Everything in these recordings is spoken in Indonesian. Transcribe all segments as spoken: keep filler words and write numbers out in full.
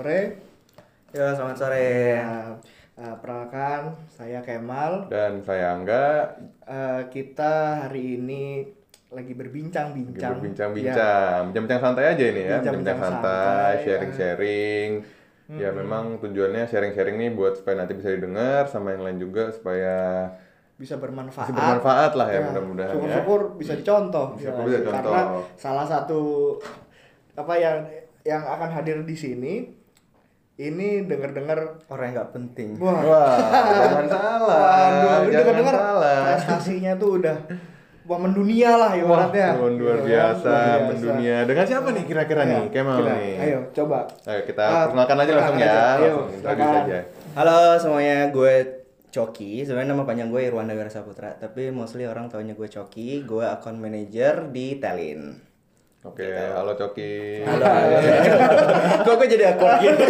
sore. Ya, selamat sore. Ya, uh, perkenalkan, saya Kemal. Dan saya Angga. Uh, kita hari ini lagi berbincang-bincang. Lagi berbincang-bincang. Bincang-bincang santai aja ini ya. Bincang-bincang Bincang-bincang santai, santai, sharing-sharing. uh. Ya Hmm. memang tujuannya sharing-sharing nih buat supaya nanti bisa didengar sama yang lain juga supaya bisa bermanfaat. bisa bermanfaat lah ya, Ya, mudah-mudahan ya. syukur-syukur bisa dicontoh. Bisa Ya, bisa contoh. Karena salah satu apa yang yang akan hadir di sini ini dengar-dengar Orang yang nggak penting. wah, Wah, jangan salah. waduh, jangan dengar-dengar salah. prestasinya tuh udah wah mendunia lah ibaratnya. Wah, luar biasa, Luar biasa. mendunia. Dengan siapa nih kira-kira Ayo, nih? Kemal kita- nih. Ayo, coba. Ayo kita Ah, perkenalkan aja langsung ya. perkenalkan aja. Ayo, Langsung introduce silakan. aja. Halo semuanya, gue Coki. Sebenarnya nama panjang gue Irwanda Wira Saputra, tapi mostly orang taunya gue Coki. Gue account manager di Telin. Oke, halo Coki. Halo. Kok gue jadi account gitu?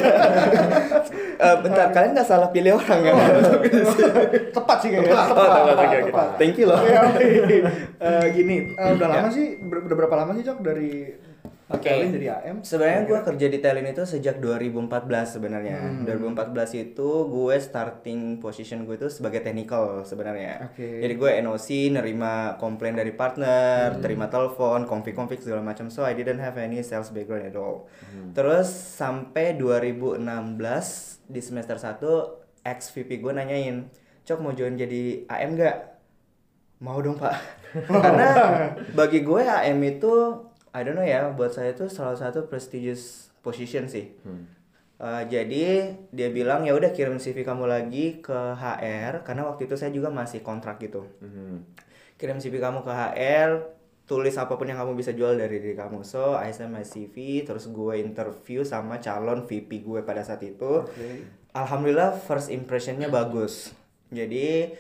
Eh, bentar, kalian nggak salah pilih orang kan? Tepat sih kayaknya. Oh, tepat, oke, oke. Thank you loh. Iya, eh, gini, eh, udah lama sih, ber- udah berapa lama sih Cok dari Oke. Telin jadi A M? Sebenarnya gue kerja di Telin itu sejak dua ribu empat belas sebenarnya. Hmm. dua ribu empat belas itu gue starting position gue itu sebagai technical sebenarnya. Oke. Jadi gue N O C, nerima komplain dari partner, terima telepon, config-config segala macam. So I didn't have any sales background at all. Terus sampai dua ribu enam belas di semester satu ex V P gue nanyain, "Cok mau join jadi A M gak?" Mau dong pak. Karena bagi gue A M itu I don't know ya, buat saya itu salah satu prestigious position sih. Hmm. Uh, jadi dia bilang ya udah kirim C V kamu lagi ke H R karena waktu itu saya juga masih kontrak gitu. Hmm. Kirim C V kamu ke H R, tulis apapun yang kamu bisa jual dari diri kamu. So I send my C V, terus gue interview sama calon V P gue pada saat itu. Oke. Alhamdulillah first impressionnya bagus. Jadi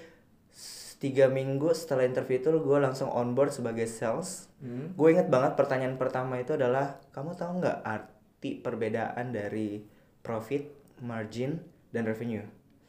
s- tiga minggu setelah interview itu gue langsung on board sebagai sales. Hmm. Gue inget banget pertanyaan pertama itu adalah, kamu tahu nggak arti perbedaan dari profit, margin, dan revenue?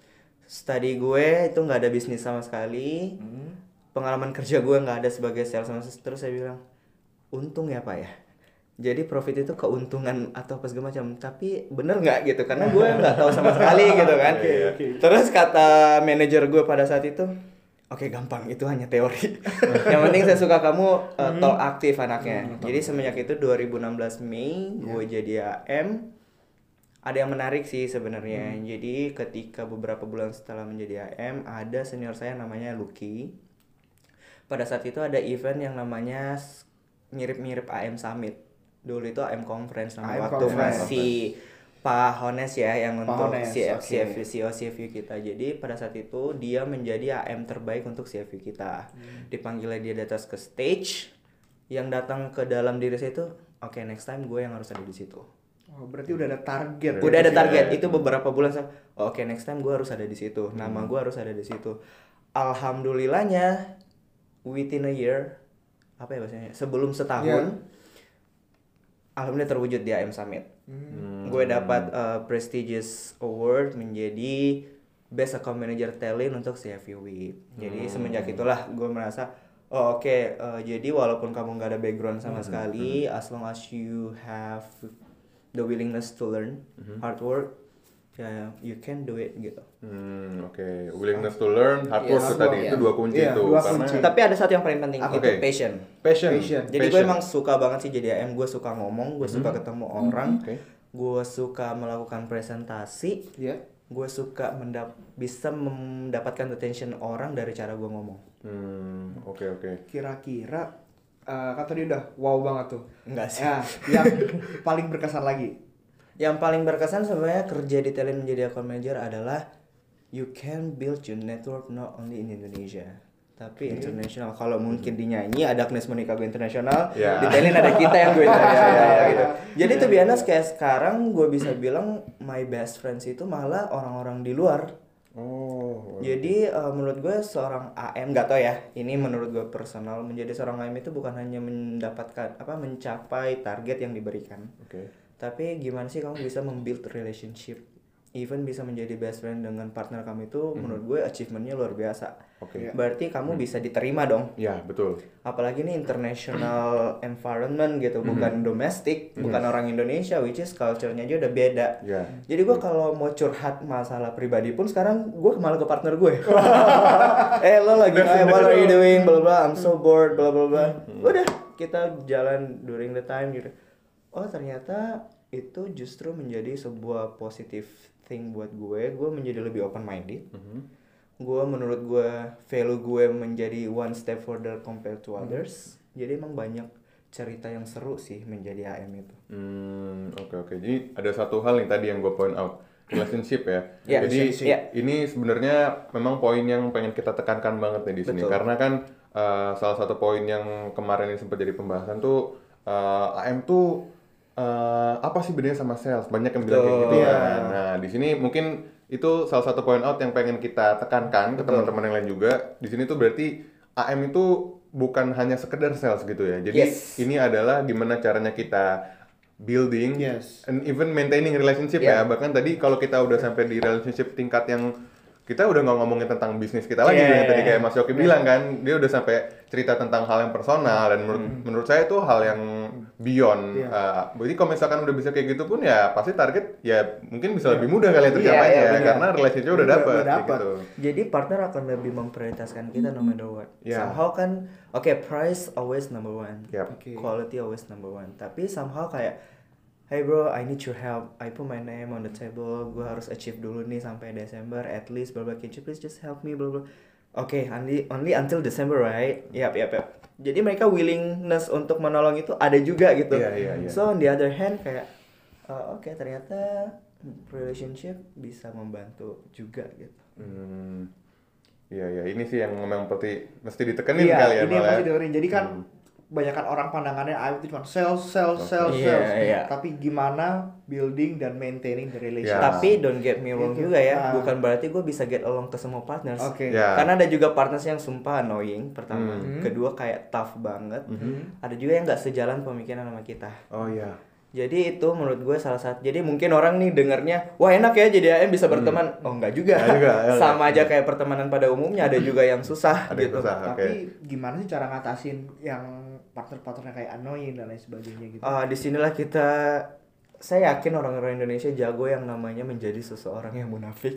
Study gue itu nggak ada bisnis sama sekali, Hmm. pengalaman kerja gue nggak ada sebagai sales sama sekali. Terus saya bilang, untung ya pak ya. Jadi profit itu keuntungan atau apa segala macam, tapi bener nggak gitu? Karena gue nggak tahu sama sekali gitu kan. Oke, oke. Terus kata manajer gue pada saat itu, oke gampang, itu hanya teori. Yang penting saya suka kamu uh, talk aktif anaknya. Jadi semenjak itu dua ribu enam belas Mei gue jadi A M. Ada yang menarik sih sebenarnya. Jadi ketika beberapa bulan setelah menjadi A M, ada senior saya namanya Lucky. Pada saat itu ada event yang namanya s- mirip-mirip A M Summit. Dulu itu A M Conference A M nama waktu Conference. masih Pak Hones ya yang Pak untuk Hones, C F, oke. C F, C O, C F U kita. Jadi pada saat itu dia menjadi A M terbaik untuk C F U kita. Dipanggilnya dia di atas ke stage, yang datang ke dalam diri saya itu, oke next time gue yang harus ada di situ. Oh, berarti udah ada target. Udah ada Iya. target itu beberapa bulan saya, oh, oke next time gue harus ada di situ. Nama gue harus ada di situ. Alhamdulillahnya within a year, apa ya bahasanya? Sebelum setahun, alhamdulillah terwujud di A M Summit. Hmm. Gue dapat uh, prestigious award menjadi best account manager Telin untuk C F U Week. Jadi semenjak itulah gue merasa oh oke uh, jadi walaupun kamu nggak ada background sama sekali, as long as you have the willingness to learn, hard work, ya you can do it gitu. Hmm, oke. Willingness to learn, hard work Yes. tuh tadi Iya. itu dua kunci Iya, itu. dua Karena kunci. Tapi ada satu yang paling penting, Apa? itu Oke. passion. passion. Passion. Jadi gue Passion. emang suka banget sih jadi A M, gue suka ngomong, gue suka ketemu orang, Oke. gue suka melakukan presentasi, Iya. gue suka mendap bisa mendapatkan attention orang dari cara gue ngomong. Hmm, oke oke. Kira-kira eh, kan tadi udah wow banget tuh. Enggak sih. Ya, yang paling berkesan lagi. Yang paling berkesan sebenarnya kerja di Telin menjadi account manager adalah you can build your network not only in Indonesia tapi international. Kalau mungkin dinyanyi ada Agnes Monica gue internasional, Ya. di Telin ada kita yang gue internasional gitu. Jadi tuh biasa kayak sekarang gue bisa bilang my best friends itu malah orang-orang di luar. Oh. Jadi uh, menurut gue seorang A M, nggak tau ya, ini menurut gue personal, menjadi seorang A M itu bukan hanya mendapatkan apa mencapai target yang diberikan, Oke. tapi gimana sih kamu bisa membuild relationship even bisa menjadi best friend dengan partner kamu itu menurut gue achievementnya luar biasa. Oke. Berarti kamu bisa diterima dong. Ya, betul. Apalagi ini international environment gitu, bukan domestik, bukan orang Indonesia, which is culture-nya aja udah beda. Ya. Jadi gue kalau mau curhat masalah pribadi pun sekarang gue malah ke partner gue. eh lo lagi eh, what are you doing, bla bla, I'm so bored, bla bla bla. Udah kita jalan during the time gitu. Oh ternyata itu justru menjadi sebuah positive thing buat gue. Gue menjadi lebih open minded. Mhm. Gue menurut gue value gue menjadi one step further compared to others. Jadi emang banyak cerita yang seru sih menjadi A M itu. Hmm, oke oke. Jadi ada satu hal nih tadi yang gue point out, relationship ya. Ya, Jadi relationship. Ya. ini sebenarnya memang poin yang pengen kita tekankan banget nih di sini. Betul. Karena kan uh, salah satu poin yang kemarin ini sempat jadi pembahasan tuh uh, A M tuh uh, apa sih bedanya sama sales? Banyak yang bilang kayak gitu Betul. kan. Nah, di sini mungkin itu salah satu point out yang pengen kita tekankan ke teman-teman yang lain juga. Di sini tuh berarti A M itu bukan hanya sekedar sales gitu ya. Jadi Yes. ini adalah gimana caranya kita building Yes. and even maintaining relationship Yeah. ya. Bahkan tadi kalau kita udah sampai di relationship tingkat yang kita udah nggak ngomongin tentang bisnis kita lagi Yeah. yang tadi kayak Mas Yoki bilang kan, dia udah sampai cerita tentang hal yang personal dan menurut menurut saya itu hal yang beyond. Yeah. Uh, jadi kalau misalkan udah bisa kayak gitu pun ya pasti target ya mungkin bisa lebih mudah kali ya Iya, tercapainya iya, benar. karena relationship udah Udah- dapet udah kayak dapet. gitu. Jadi partner akan lebih memprioritaskan kita no matter what. Yeah. Somehow kan, oke price always number one, Yap. Oke. quality always number one. Tapi somehow kayak, hey bro, I need your help. I put my name on the table. Gue harus achieve dulu nih sampai Desember at least. Blah blah. Can you please just help me? Blah blah. Oke, only only until December, right? Yap yap yap. Jadi mereka willingness untuk menolong itu ada juga gitu. Iya, iya, iya. So on the other hand kayak, uh, oke ternyata relationship bisa membantu juga gitu. Hmm. Iya ya, ini sih yang memang pasti mesti ditekenin Iya, kali ya. ini yang Mal, ya. pasti dengerin. Jadi kan Hmm. banyakan orang pandangannya A M itu cuma sales, sales, sales, Iya, sales. iya. Tapi gimana building dan maintaining the relationship. Ya. Tapi don't get me wrong Gitu. juga ya, Ah. bukan berarti gue bisa get along ke semua partners. Oke. Ya. Karena ada juga partners yang sumpah annoying pertama, Hmm. kedua kayak tough banget. Mhm. Ada juga yang nggak sejalan pemikiran sama kita. Oh iya. Jadi itu menurut gue salah satu. Jadi mungkin orang nih dengernya, wah enak ya jadi A M bisa berteman. Oh enggak juga. Nggak juga, ya, Sama ya. aja kayak pertemanan pada umumnya, ada juga yang susah Ada yang gitu. susah. Tapi Oke. gimana sih cara ngatasin yang partner-partnernya kayak annoying dan lain sebagainya gitu? Ah, disinilah kita, saya yakin orang-orang Indonesia jago yang namanya menjadi seseorang yang munafik.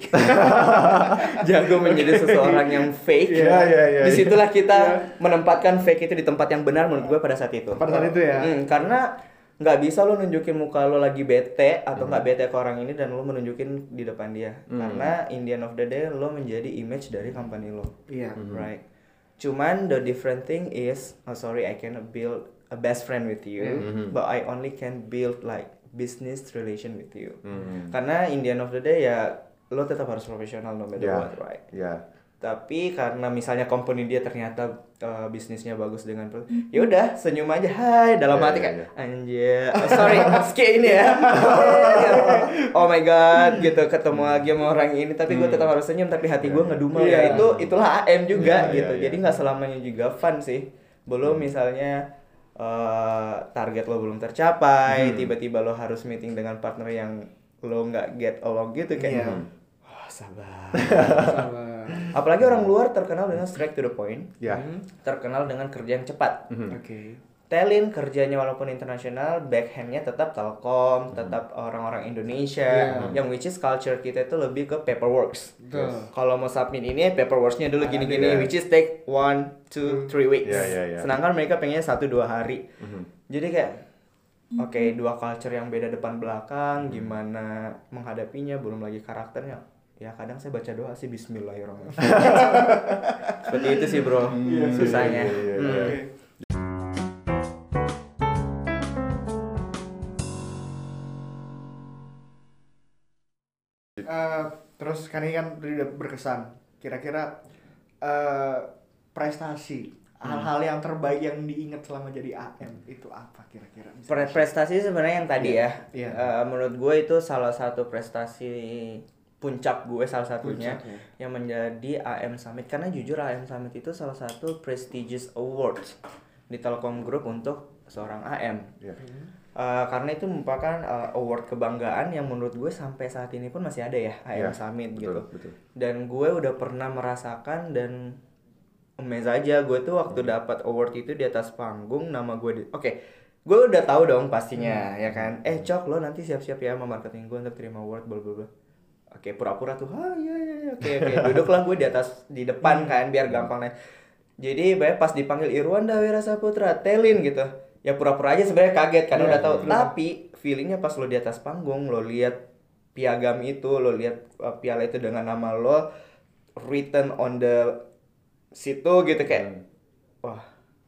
Jago menjadi seseorang yang fake. Iya, iya, iya, Disitulah kita menempatkan fake itu di tempat yang benar menurut gue pada saat itu. Pada saat itu ya. Hmm, karena nggak bisa lo nunjukin muka lo lagi bete atau nggak bete ke orang ini dan lo menunjukin di depan dia. Karena in the end of the day lo menjadi image dari company lo. Iya. Right. Cuman the different thing is, oh sorry I cannot build a best friend with you, Mhm. but I only can build like business relation with you. Hmm. Karena in the end of the day ya lo tetap harus profesional no matter Ya. what, right? Ya. Tapi karena misalnya company dia ternyata uh, bisnisnya bagus dengan pro- ya udah senyum aja hai dalam Ya, hati ya, kayak ya. anjir oh, sorry skip ini ya. Oh my god gitu ketemu lagi sama orang ini tapi gue tetap harus senyum tapi hati gue ngedumel ya Iya. itu itulah A M juga Iya, gitu. iya, Jadi iya. nggak selamanya juga fun sih. Belum misalnya uh, target lo belum tercapai, Hmm. tiba-tiba lo harus meeting dengan partner yang lo nggak get along gitu kayak Iya. wah sabar. Sama- Apalagi orang luar terkenal dengan straight to the point, Ya. terkenal dengan kerja yang cepat. Mhm. Oke. Telin kerjanya walaupun internasional, backhandnya tetap Telkom, tetap orang-orang Indonesia, Iya. yang which is culture kita itu lebih ke paperworks. Betul. Kalau mau submit ini paperworksnya dulu Ah, gini-gini, iya. which is take one, two, three weeks. Iya, iya, iya. Sedangkan mereka pengennya satu dua hari. Mhm. Jadi kayak oke dua culture yang beda depan belakang, gimana menghadapinya, belum lagi karakternya. Ya kadang saya baca doa sih Bismillahirrahmanirrahim. Seperti itu sih bro, Iya, susahnya. iya, iya, iya. Hmm. Oke. Eh, terus kan ini kan udah berkesan. Kira-kira eh, prestasi, hal-hal yang terbaik yang diingat selama jadi A M itu apa kira-kira? Bisa Pre- prestasi sebenarnya yang tadi Iya, ya. iya. Eh, menurut gue itu salah satu prestasi puncak gue salah satunya Puncak, ya. yang menjadi A M Summit karena jujur A M Summit itu salah satu prestigious awards di Telkom Group untuk seorang A M. Ya. Uh, karena itu merupakan uh, award kebanggaan yang menurut gue sampai saat ini pun masih ada ya, A M Ya, Summit betul, gitu. betul. Dan gue udah pernah merasakan dan amazed aja gue tuh waktu Hmm. dapat award itu di atas panggung, nama gue di oke okay, gue udah tahu dong pastinya Hmm. ya kan, eh Cok lo nanti siap-siap ya sama marketing gue untuk terima award bla bla bla. Oke, pura-pura tuh, ah iya iya iya, oke oke, duduklah gue di atas di depan kan biar gampang nih. Jadi banyak pas dipanggil Irwanda Wira Saputra, telin gitu. Ya pura-pura aja sebenarnya kaget karena Iya, udah tahu. iya. Tapi feelingnya pas lo di atas panggung, lo lihat piagam itu, lo lihat uh, piala itu dengan nama lo written on the situ gitu kayak Hmm. wah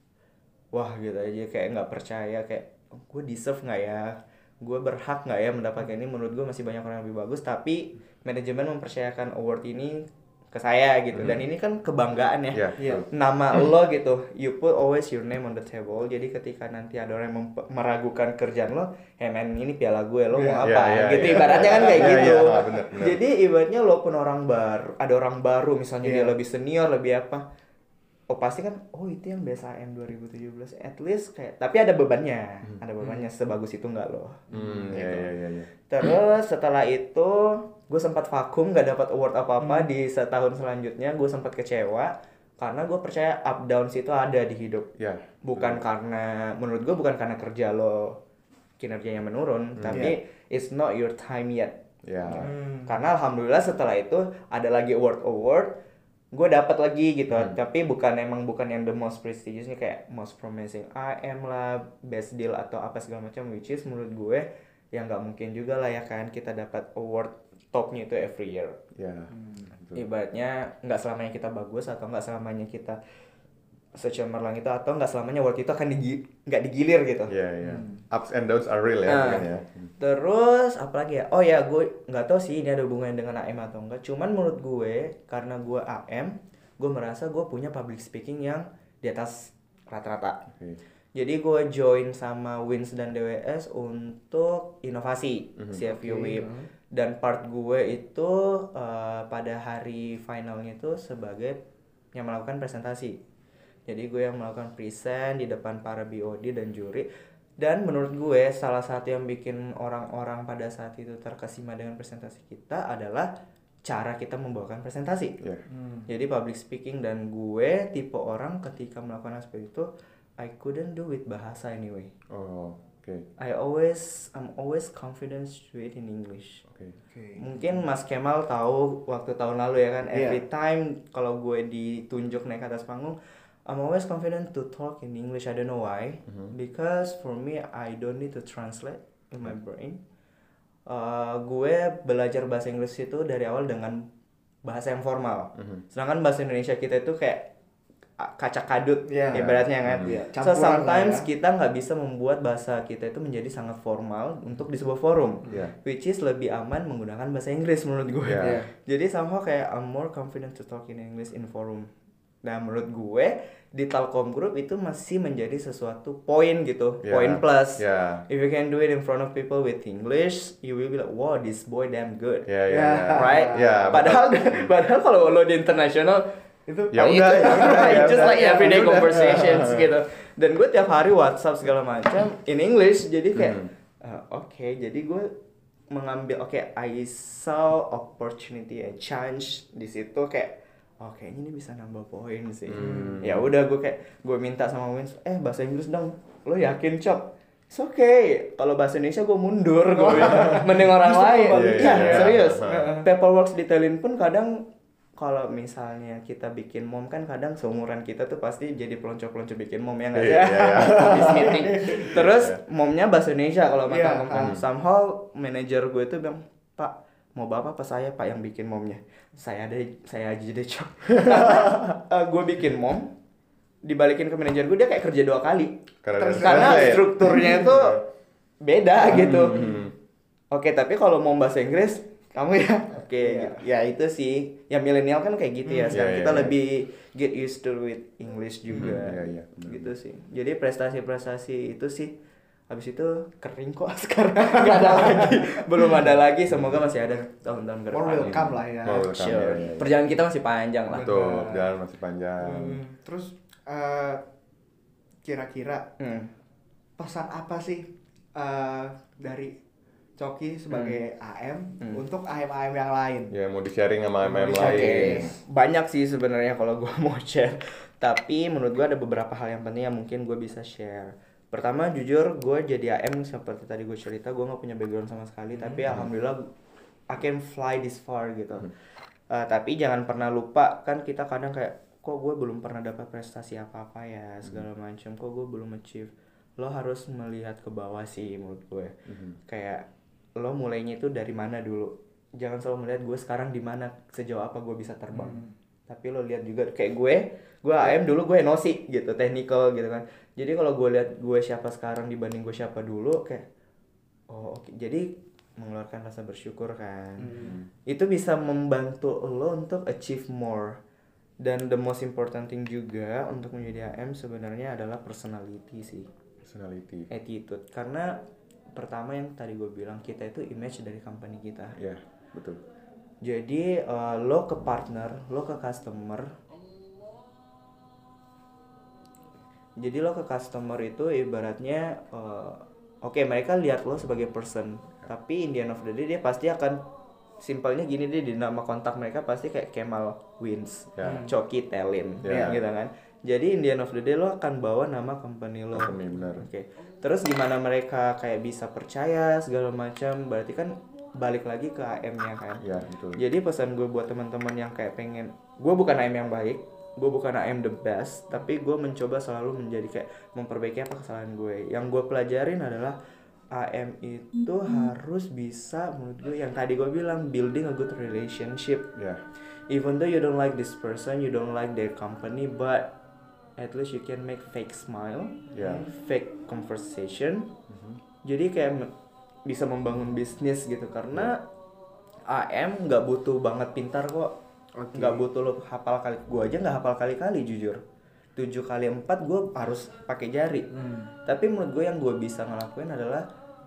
wah gitu aja, kayak nggak percaya, kayak oh, gue deserve nggak ya, gue berhak nggak ya mendapatkan ini. Menurut gue masih banyak orang yang lebih bagus, tapi manajemen mempercayakan award ini ke saya gitu. Dan ini kan kebanggaan ya, Iya, Iya. betul. nama lo gitu, you put always your name on the table. Jadi ketika nanti ada orang yang memp- meragukan kerjaan lo, hey man, ini piala gue, lo Iya. mau Iya, apa iya, gitu, iya. ibaratnya kan kayak Iya, gitu. iya, ah, bener, bener. Jadi ibaratnya lo pun orang baru, ada orang baru misalnya dia Iya. lebih senior, lebih apa, oh pasti kan, oh itu yang Best A M dua ribu tujuh belas, at least kayak, tapi ada bebannya, ada bebannya, sebagus itu nggak lo. Hmm, Gitu. iya iya iya iya. Terus setelah itu gue sempat vakum, gak dapat award apa-apa. Di setahun selanjutnya gue sempat kecewa karena gue percaya up downs itu ada di hidup. Iya. Bukan karena, menurut gue bukan karena kerja lo kinerjanya menurun, tapi it's not your time yet. Iya. Hmm. Karena alhamdulillah setelah itu ada lagi award award, gue dapat lagi gitu. Tapi bukan, emang bukan yang the most prestigiousnya kayak most promising A M lah, best deal atau apa segala macam, which is menurut gue yang nggak mungkin juga lah ya kan kita dapat award topnya itu every year. Iya. Betul. Ibaratnya nggak selamanya kita bagus atau nggak selamanya kita secemerlang itu, atau nggak selamanya award itu akan digi- nggak digilir gitu. Iya iya. Ups and downs are real ya Nah, bukan ya. Terus apalagi ya? Oh ya, gue nggak tahu sih ini ada hubungannya dengan A M atau enggak. Cuman menurut gue karena gue A M, gue merasa gue punya public speaking yang di atas rata-rata. Oke. Jadi gue join sama Wins dan D W S untuk inovasi Mhm. C F U Oke. W I P. Dan part gue itu uh, pada hari finalnya itu sebagai yang melakukan presentasi. Jadi gue yang melakukan present di depan para B O D dan juri. Dan menurut gue salah satu yang bikin orang-orang pada saat itu terkesima dengan presentasi kita adalah cara kita membawakan presentasi. Iya. Hmm. Jadi public speaking, dan gue tipe orang ketika melakukan aspek itu I couldn't do with bahasa anyway. Oh, oke. I always I'm always confident to it in English. Oke. Oke. Mungkin Mas Kemal tahu waktu tahun lalu ya kan, Iya. every time kalau gue ditunjuk naik atas panggung, I'm always confident to talk in English. I don't know why. Because for me I don't need to translate in my brain. Uh, gue belajar bahasa Inggris itu dari awal dengan bahasa yang formal. Sedangkan bahasa Indonesia kita itu kayak a- kaca kadut Iya. ibaratnya kan. Iya, So campuran sometimes lah ya. kita nggak bisa membuat bahasa kita itu menjadi sangat formal untuk di sebuah forum. Iya. Which is lebih aman menggunakan bahasa Inggris menurut gue. Iya. Iya. Jadi somehow kayak I'm more confident to talk in English in forum. Nah menurut gue di Telkom Group itu masih menjadi sesuatu poin gitu, Iya. poin plus. Iya. If you can do it in front of people with English, you will be like, wow, this boy damn good. Iya iya. Ya. iya. Right? Iya, Padahal padahal kalau lo di international itu Ya oh, udah, itu- ya udah, ya just udah. like everyday Ya udah. conversations gitu. Dan gue tiap hari WhatsApp segala macam in English, jadi kayak Hmm. uh, oke, jadi gue mengambil oke, I saw opportunity and chance di situ kayak oke, ini bisa nambah poin sih. Hmm. Ya udah gue kayak gue minta sama Wins, eh bahasa Inggris dong. Lo yakin, Cok? It's okay. Kalau bahasa Indonesia gue mundur, gue bilang. Mending orang Justru lain. kebalik. Iya, Iya, iya. serius. Heeh. Paperwork detailin pun kadang kalau misalnya kita bikin mom kan kadang seumuran kita tuh pasti jadi pelonco-pelonco bikin mom ya nggak sih? Iya, iya, iya. Habis meeting. Terus momnya bahasa Indonesia kalau makan Iya, ngomong. ah. Somehow manajer gue tuh bilang, Pak, mau bapak apa saya pak yang bikin momnya? Saya ada, saya aja deh Cok. Karena uh, gue bikin mom, dibalikin ke manajer gue, dia kayak kerja dua kali. Karena Terus- ada Karena translate. strukturnya itu beda gitu. Hmm. Oke, tapi kalau mau bahasa Inggris, kamu ya. Oke, Iya. ya itu sih. Ya milenial kan kayak gitu ya. Hmm, Sekarang iya, kita iya, lebih get used to with English juga. Hmm, iya, iya, benar. Gitu sih. Jadi prestasi-prestasi itu sih habis itu kering kok sekarang. Nggak ada lagi. Belum ada lagi. Semoga masih ada tahun-tahun ke More depan. welcome lah ya. More welcome, Sure. iya, iya, iya. Perjalanan kita masih panjang lah. Betul, jalan masih panjang. Hmm, Terus eh, kira-kira Hmm. pesan apa sih uh, dari Coki sebagai Hmm. A M Hmm. untuk A M-A M yang lain. Ya mau di-sharing sama Mau M M di-sharing. lain. Banyak sih sebenarnya kalau gue mau share, tapi menurut gue ada beberapa hal yang penting yang mungkin gue bisa share. Pertama, jujur gue jadi A M seperti tadi gue cerita, gue nggak punya background sama sekali, Hmm. tapi alhamdulillah I can fly this far gitu. Uh, tapi jangan pernah lupa, kan kita kadang kayak kok gue belum pernah dapat prestasi apa-apa ya segala macam, kok gue belum achieve. Lo harus melihat ke bawah sih menurut gue. Kayak lo mulainya itu dari mana dulu, jangan selalu melihat gue sekarang di mana, sejauh apa gue bisa terbang. Hmm. Tapi lo lihat juga kayak gue gue A M dulu, gue N O C gitu, technical gitu kan. Jadi kalau gue lihat gue siapa sekarang dibanding gue siapa dulu, kayak oh oke okay. Jadi mengeluarkan rasa bersyukur kan. Hmm. Itu bisa membantu lo untuk achieve more. Dan the most important thing juga untuk menjadi A M sebenarnya adalah personality sih, personality, attitude. Karena pertama yang tadi gue bilang, kita itu image dari company kita. Ya, betul. Jadi uh, lo ke partner, lo ke customer. Jadi lo ke customer itu ibaratnya uh, oke okay, mereka lihat lo sebagai person, tapi in the end of the day dia pasti akan simpelnya gini deh, di nama kontak mereka pasti kayak Kemal Wins, yeah. Coki Telin, yeah. gitu kan. Jadi in the end of the day lo akan bawa nama company lo. Company, benar. Oke. Okay. Terus gimana mereka kayak bisa percaya segala macam, berarti kan balik lagi ke A M-nya kan. Iya, betul. Jadi pesan gue buat teman-teman yang kayak pengen, gue bukan A M yang baik, gue bukan A M the best, tapi gue mencoba selalu menjadi kayak memperbaiki apa kesalahan gue. Yang gue pelajarin adalah A M itu harus bisa, menurut gue yang tadi gue bilang, building a good relationship. Yeah. Even though you don't like this person, you don't like their company, but at least you can make fake smile, yeah. fake conversation. Mm-hmm. Jadi kayak me- bisa membangun bisnis gitu, karena yeah. A M nggak butuh banget pintar kok, nggak okay. butuh lo hafal kali. Gue aja nggak hafal kali-kali jujur. tujuh kali empat gue harus pakai jari. Hmm. Tapi menurut gue yang gue bisa ngelakuin adalah,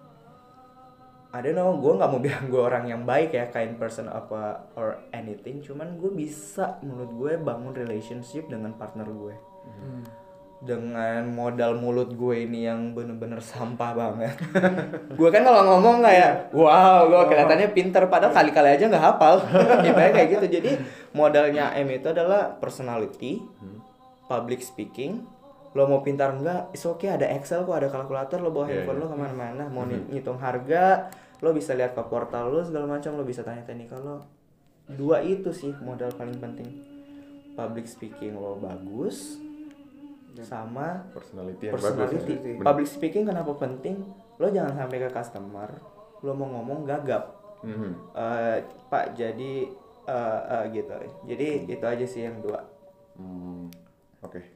I don't know, gue nggak mau bilang gue orang yang baik ya, kind person apa or anything. Cuman gue bisa menurut gue bangun relationship dengan partner gue. Hmm. Dengan modal mulut gue ini yang bener-bener sampah banget. Gue kan kalau ngomong kayak wow, gue kelihatannya pinter, padahal kali-kali aja nggak hafal. Ibaratnya kayak gitu. Jadi modalnya A M itu adalah personality, public speaking. Lo mau pintar enggak, is okay, ada Excel kok, ada kalkulator, lo bawa yeah, handphone yeah. lo kemana-mana. Mau mm-hmm. ngitung harga, lo bisa lihat ke portal lo segala macam, lo bisa tanya teknikal lo. Dua itu sih modal paling penting. Public speaking lo bagus, sama personality yang personality. bagus. Ya. Public speaking kenapa penting? Lo jangan sampai ke customer, lo mau ngomong gagap. Mm-hmm. Uh, Pak, jadi uh, uh, gitu. Jadi mm. itu aja sih yang dua. Hmm. Oke. Okay.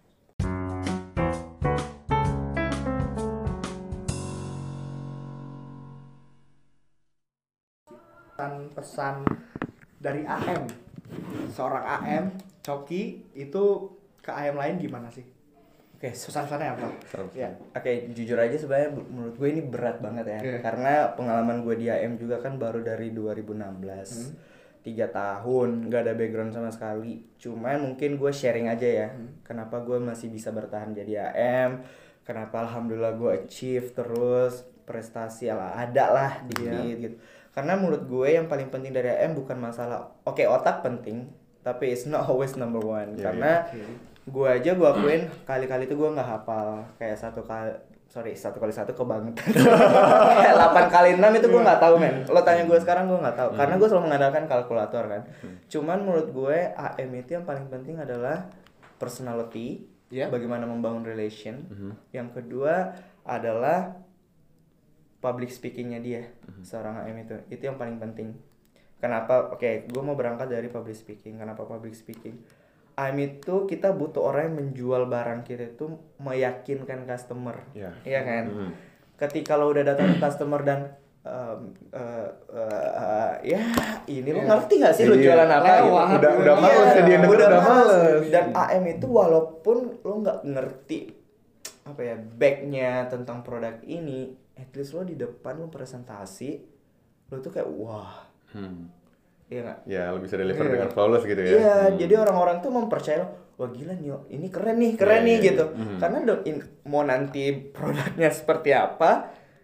Pesan dari A M, seorang A M Coki itu ke A M lain gimana sih? Oke, okay, pesan-pesannya apa? Ya, oke, okay, jujur aja sebenarnya menurut gue ini berat banget ya, yeah. karena pengalaman gue di A M juga kan baru dari dua ribu enam belas. Hmm. Tiga tahun nggak ada background sama sekali, cuman mungkin gue sharing aja ya, hmm. kenapa gue masih bisa bertahan jadi A M, kenapa alhamdulillah gue achieve terus prestasi ala ada lah dikit yeah. gitu. Karena menurut gue yang paling penting dari A M bukan masalah, oke okay, otak penting, tapi it's not always number one. Yeah, karena yeah. Okay. gue aja gue akuin kali-kali itu gue nggak hafal, kayak satu kali sorry satu kali satu kebangetan. Kayak delapan kali enam itu gue nggak tahu men. Lo tanya gue sekarang gue nggak tahu. Hmm. Karena gue selalu mengandalkan kalkulator kan. Hmm. Cuman menurut gue A M itu yang paling penting adalah personality, yeah. bagaimana membangun relation. Hmm. Yang kedua adalah public speakingnya dia, hmm. seorang A M itu. Itu yang paling penting. Kenapa? Oke, okay, gue mau berangkat dari public speaking. Kenapa public speaking? A M itu kita butuh orang yang menjual barang kita itu meyakinkan customer, yeah. iya kan? Mm-hmm. Ketika lo udah datang ke customer dan um, uh, uh, uh, ya ini yeah. lo ngerti nggak sih yeah. lo jualan apa? Gitu? Udah udah males ya dia udah, udah males. Dan A M itu walaupun lo nggak ngerti apa ya backnya tentang produk ini, at least lo di depan lo presentasi, lo tuh kayak wah. Hmm. Iya nggak? Ya lebih bisa deliver yeah. dengan flawless gitu ya. Iya, hmm. jadi orang-orang tuh mempercayai lo, wah gila nih, ini keren nih, keren yeah, nih yeah. gitu. Hmm. Karena do, in, mau nanti produknya seperti apa,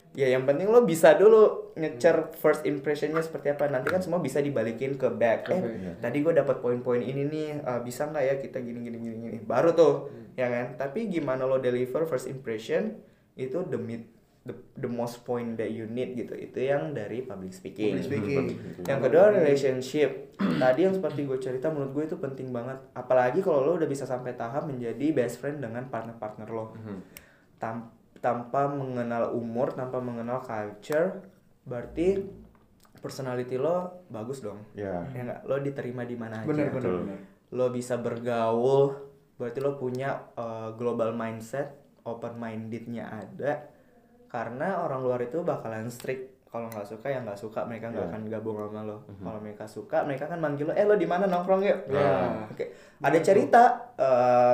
Ya yang penting lo bisa dulu ngecer first impressionnya seperti apa. Nanti kan semua bisa dibalikin ke back. Eh tadi gue dapat poin-poin ini nih, uh, bisa nggak ya kita gini gini gini gini. Baru tuh, hmm. ya kan. Tapi gimana lo deliver first impression itu the mid, the, the most point that you need gitu. Itu yang dari public speaking. Public speaking. Yang kedua relationship. Tadi yang seperti gue cerita menurut gue itu penting banget. Apalagi kalau lo udah bisa sampai tahap menjadi best friend dengan partner-partner lo. Hmm. Tam- tanpa mengenal umur, tanpa mengenal culture, berarti personality lo bagus dong. Yeah. Ya nggak, lo diterima di mana aja. Bener, bener, bener. Lo bisa bergaul, berarti lo punya uh, global mindset, open mindednya ada. Karena orang luar itu bakalan strict. Kalau nggak suka ya nggak suka, mereka nggak yeah. akan gabung sama lo. Mm-hmm. Kalau mereka suka, mereka kan manggil lo, eh lo di mana nongkrong yuk. Yeah. Oke. Okay. Ada cerita, uh,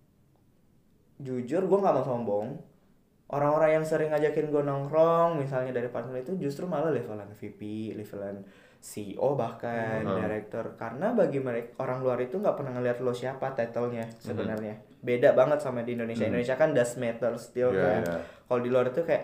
jujur gue nggak mau sombong. Orang-orang yang sering ngajakin gue nongkrong, misalnya dari partner itu justru malah levelan V P, levelan C E O bahkan, hmm. director. Karena bagi mereka, orang luar itu nggak pernah ngeliat lo siapa title-nya sebenarnya. Hmm. Beda banget sama di Indonesia. Hmm. Indonesia kan does matter still yeah, kan. Yeah. Kalau di luar itu kayak,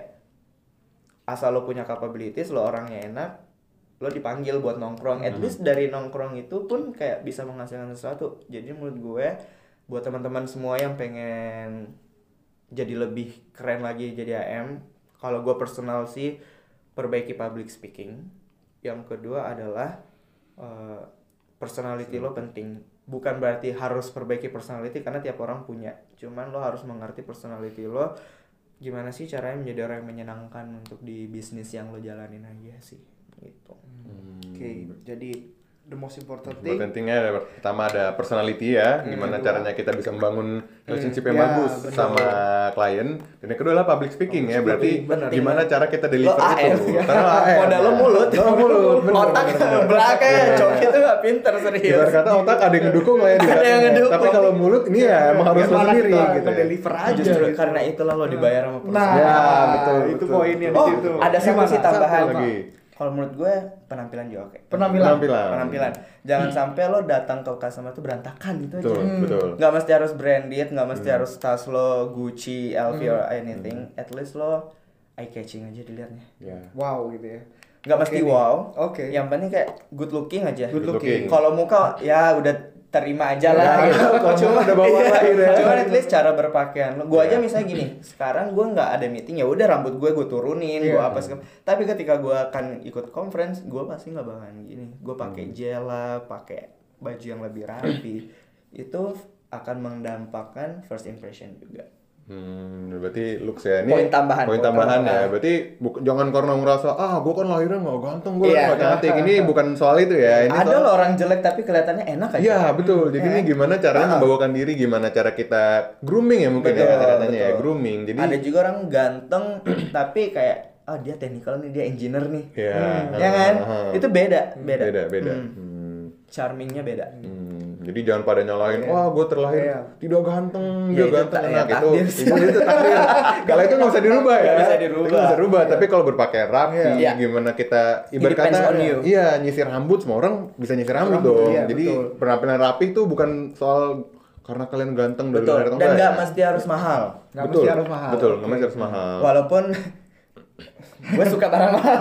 asal lo punya capabilities, lo orangnya enak, lo dipanggil buat nongkrong. At hmm. least dari nongkrong itu pun kayak bisa menghasilkan sesuatu. Jadi menurut gue, buat teman-teman semua yang pengen jadi lebih keren lagi jadi A M, kalau gue personal sih perbaiki public speaking. Yang kedua adalah uh, personality lo penting. Bukan berarti harus perbaiki personality karena tiap orang punya. Cuman lo harus mengerti personality lo, gimana sih caranya menjadi orang yang menyenangkan untuk di bisnis yang lo jalanin aja sih gitu. Hmm. Oke, okay. Jadi the most important thing. Pentingnya pertama ada personality ya, hmm, gimana kedua. Caranya kita bisa membangun relationship hmm, yang ya, bagus bener. Sama klien. Dan yang kedua adalah public speaking public ya, berarti bener. Gimana cara kita deliver lo itu. Ya. Karena modal lo mulut, lo mulut, otak belakang, cowok itu nggak pinter serius. Biar kata otak ada yang ngedukung lah ya. Ada yang ngedukung. Tapi kalau mulut ini ya emang harus lo sendiri gitu. Deliver aja. Justru karena itulah lo dibayar sama perusahaan. Nah, ya, betul. Itu poinnya di situ. Ada satu sih tambahan lagi. Kalau menurut gue penampilan juga oke. Penampilan. Penampilan. Penampilan. Jangan hmm. sampai lo datang ke customer itu berantakan gitu betul, aja. Hmm. Betul. Gak mesti harus branded, gak mesti hmm. harus tas lo Gucci, L V hmm. or anything. Hmm. At least lo eye catching aja dilihatnya. Yeah. Wow gitu ya. Gak mesti okay. wow. Oke. Okay. Yang penting kayak good looking aja. Good looking. Kalau muka ya udah terima aja lah ya, gitu. Cuma udah bawa lahir ya. Cuma at least cara berpakaian lo. Gue aja misalnya gini, sekarang gue nggak ada meeting ya udah rambut gue gue turunin, yeah. gue apa segala. Tapi ketika gue akan ikut conference, gue pasti nggak bakalan gini. Gue pakai gel lah, pakai baju yang lebih rapi. Itu akan mendampakkan first impression juga. Hmm, berarti looks ya ini poin tambahan. Poin tambahan ya. Berarti bu- jangan karena ngerasa ah gue kan lahirnya nggak ganteng, gue yeah. nggak cantik. Ini bukan soal itu ya. Ini ada soal... loh orang jelek tapi kelihatannya enak aja. Iya betul. Jadi yeah. ini gimana caranya uh. membawakan diri, gimana cara kita grooming ya mungkin betul, ya kata-katanya ya grooming. Jadi ada juga orang ganteng tapi kayak ah oh, dia technical nih, dia engineer nih. Iya. Yeah. Hmm. Ya kan? Uh-huh. Itu beda, beda. Beda, beda. Hmm. Hmm. Charmingnya beda. Hmm. Jadi jangan pada nyalain, yeah. wah gue terlahir yeah. tidak ganteng, ya, dia ganteng, ya, enak itu, itu, itu takdir. Kalau itu nggak bisa dirubah ya, nggak bisa dirubah. Nggak bisa dirubah. Tapi kalau berpakaian rapi, yeah. gimana kita ibarat kata, iya nyisir rambut, semua orang bisa nyisir rambut dong. Yeah, jadi betul. Penampilan rapi itu bukan soal karena kalian ganteng dari lahir atau dan nggak ya. Mesti harus mahal. Nggak mesti harus mahal. Betul, nggak mesti harus mahal. Walaupun gue suka barang mahal.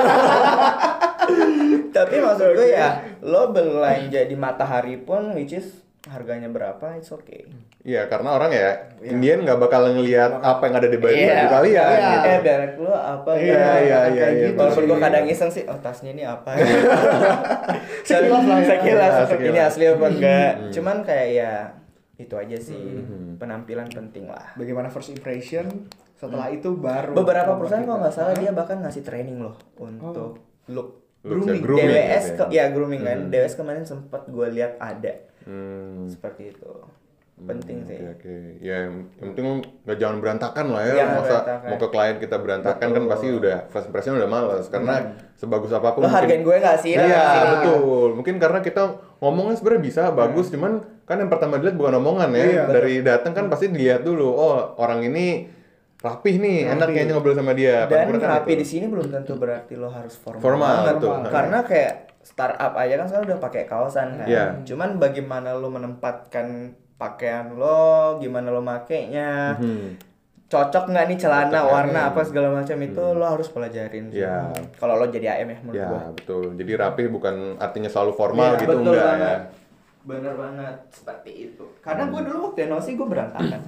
Tapi maksud gue ya lo belanja di Matahari pun which is harganya berapa it's okay. Iya karena orang ya Indian nggak bakal ngelihat apa yang ada di baju yeah. kalian yeah. gitu. Eh merek lo apa ya yeah, yeah, yeah, gitu. Yeah, walaupun gue kadang iseng sih oh tasnya ini apa sekilas lah sekilas ini asli apa enggak hmm. Cuman kayak ya itu aja sih hmm. penampilan penting lah. Bagaimana first impression setelah hmm. itu baru beberapa perusahaan kalau nggak salah dia bahkan ngasih training loh untuk oh. look grooming, grooming. D W S ke, ya grooming kan. Hmm. D W S kemarin sempat gue lihat ada. Hmm. Seperti itu. Penting hmm, sih. Oke, okay, okay. Ya yang penting nggak jangan berantakan lah ya. Jangan Masa berantakan. Mau ke klien kita berantakan betul. Kan pasti udah first impression udah males karena hmm. sebagus apapun. Lo hargain gue nggak sih? Iya betul. Mungkin karena kita ngomongnya sebenarnya bisa bagus, hmm. cuman kan yang pertama dilihat bukan omongan ya. Iya, dari datang kan pasti dilihat dulu. Oh orang ini rapih nih, rapi. Enak kayaknya ngobrol sama dia. Dan rapi di sini belum tentu berarti lo harus formal, formal banget. Betul. Karena kayak startup aja kan sekarang udah pakai kaosan kan. Yeah. Cuman bagaimana lo menempatkan pakaian lo, gimana lo makainya. Mm-hmm. cocok nggak nih celana, Cocok, warna ya. apa segala macam itu Hmm. lo harus pelajarin sih. Ya. Kalau lo jadi A M ya menurut Ya, gua. betul. Jadi rapih bukan artinya selalu formal Iya, gitu betul enggak banget. ya. Bener banget seperti itu. Karena gue dulu waktu N O C gue berantakan.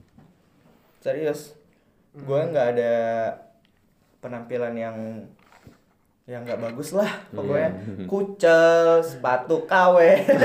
Serius. Gue nggak ada penampilan yang yang nggak bagus lah. Pokoknya Hmm. kucel, sepatu K W.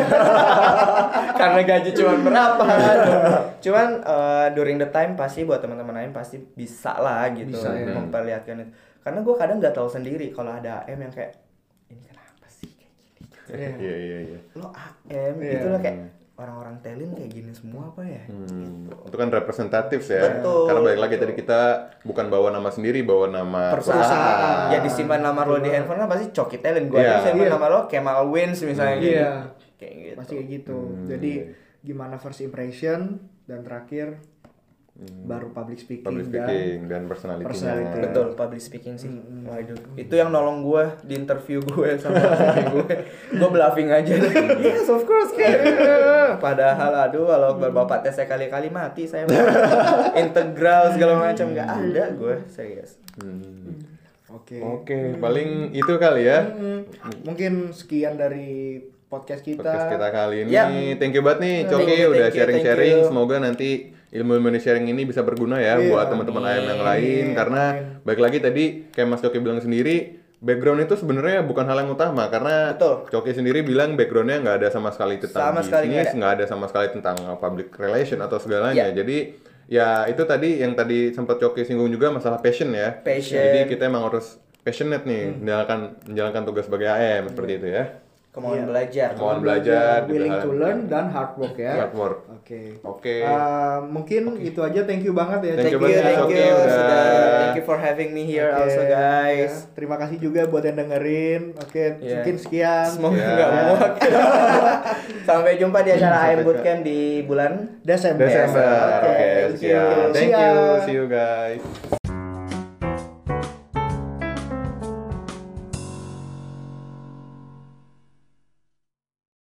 Karena gaji cuma berapa. Cuman uh, during the time pasti buat teman-teman lain pasti bisa lah gitu Bisa, ya. memperlihatkan itu. Karena gue kadang nggak tahu sendiri kalau ada A M yang kayak ini kenapa sih kayak gini. Iya, iya, iya. Lo A M Iya. itu lo kayak orang-orang talent kayak gini semua apa ya? Hmm, itu kan representatif ya. Betul. Karena balik lagi tadi kita bukan bawa nama sendiri, bawa nama Perusahaan. Ya disimpan nama lo di handphone kan pasti Coki Talent. Gue Iya. aja simpan Iya. nama lo Kemal Wins misalnya gitu. Iya. Kayak gitu. Pasti kayak gitu. Hmm. Jadi gimana first impression dan terakhir baru public speaking, public dan speaking dan personality. personality. Betul, public speaking sih. Hmm. Waduh, itu yang nolong gue di interview gue sama interview gue. Gue bluffing aja. Yes, of course. Kayak. Padahal aduh kalau bapak tes saya kali-kali mati saya integral segala macam nggak ada gue serius. Hmm. Oke. Oke, paling itu kali ya. Hmm. Mungkin sekian dari podcast kita. Podcast kita kali ini. Ya. Thank you banget nih Coki Thank you, udah thank you, sharing-sharing. thank you. Semoga nanti ilmu-ilmu yang sharing ini bisa berguna ya Iya. buat teman-teman A M yang lain. Amin. Karena baik lagi tadi kayak Mas Coki bilang sendiri, background itu sebenarnya bukan hal yang utama karena Betul. Coki sendiri bilang backgroundnya nggak ada sama sekali tentang Sama sekali bisnis, nggak ada. nggak ada sama sekali tentang public relation atau segalanya. Ya. Jadi ya itu tadi yang tadi sempat Coki singgung juga masalah passion ya. Passion. Jadi kita emang harus passionate nih menjalankan menjalankan tugas sebagai A M seperti itu ya. Kemauan Iya. belajar. Kemauan belajar, willing juga to hard- learn dan hard work ya. Hard work. Oke. Oke. Uh, mungkin itu aja. Thank you banget ya. Thank Thank you you, banget, thank Coki, you, udah. sudah. Thank you for having me here Oke, also guys. ya. Terima kasih juga buat yang dengerin. Oke, Iya. mungkin sekian. Semoga Ya. nggak muak. Sampai jumpa di acara A M Bootcamp di bulan Desember. Desember. Oke, Oke, thank you. sekian. Thank See you. ya. See you guys.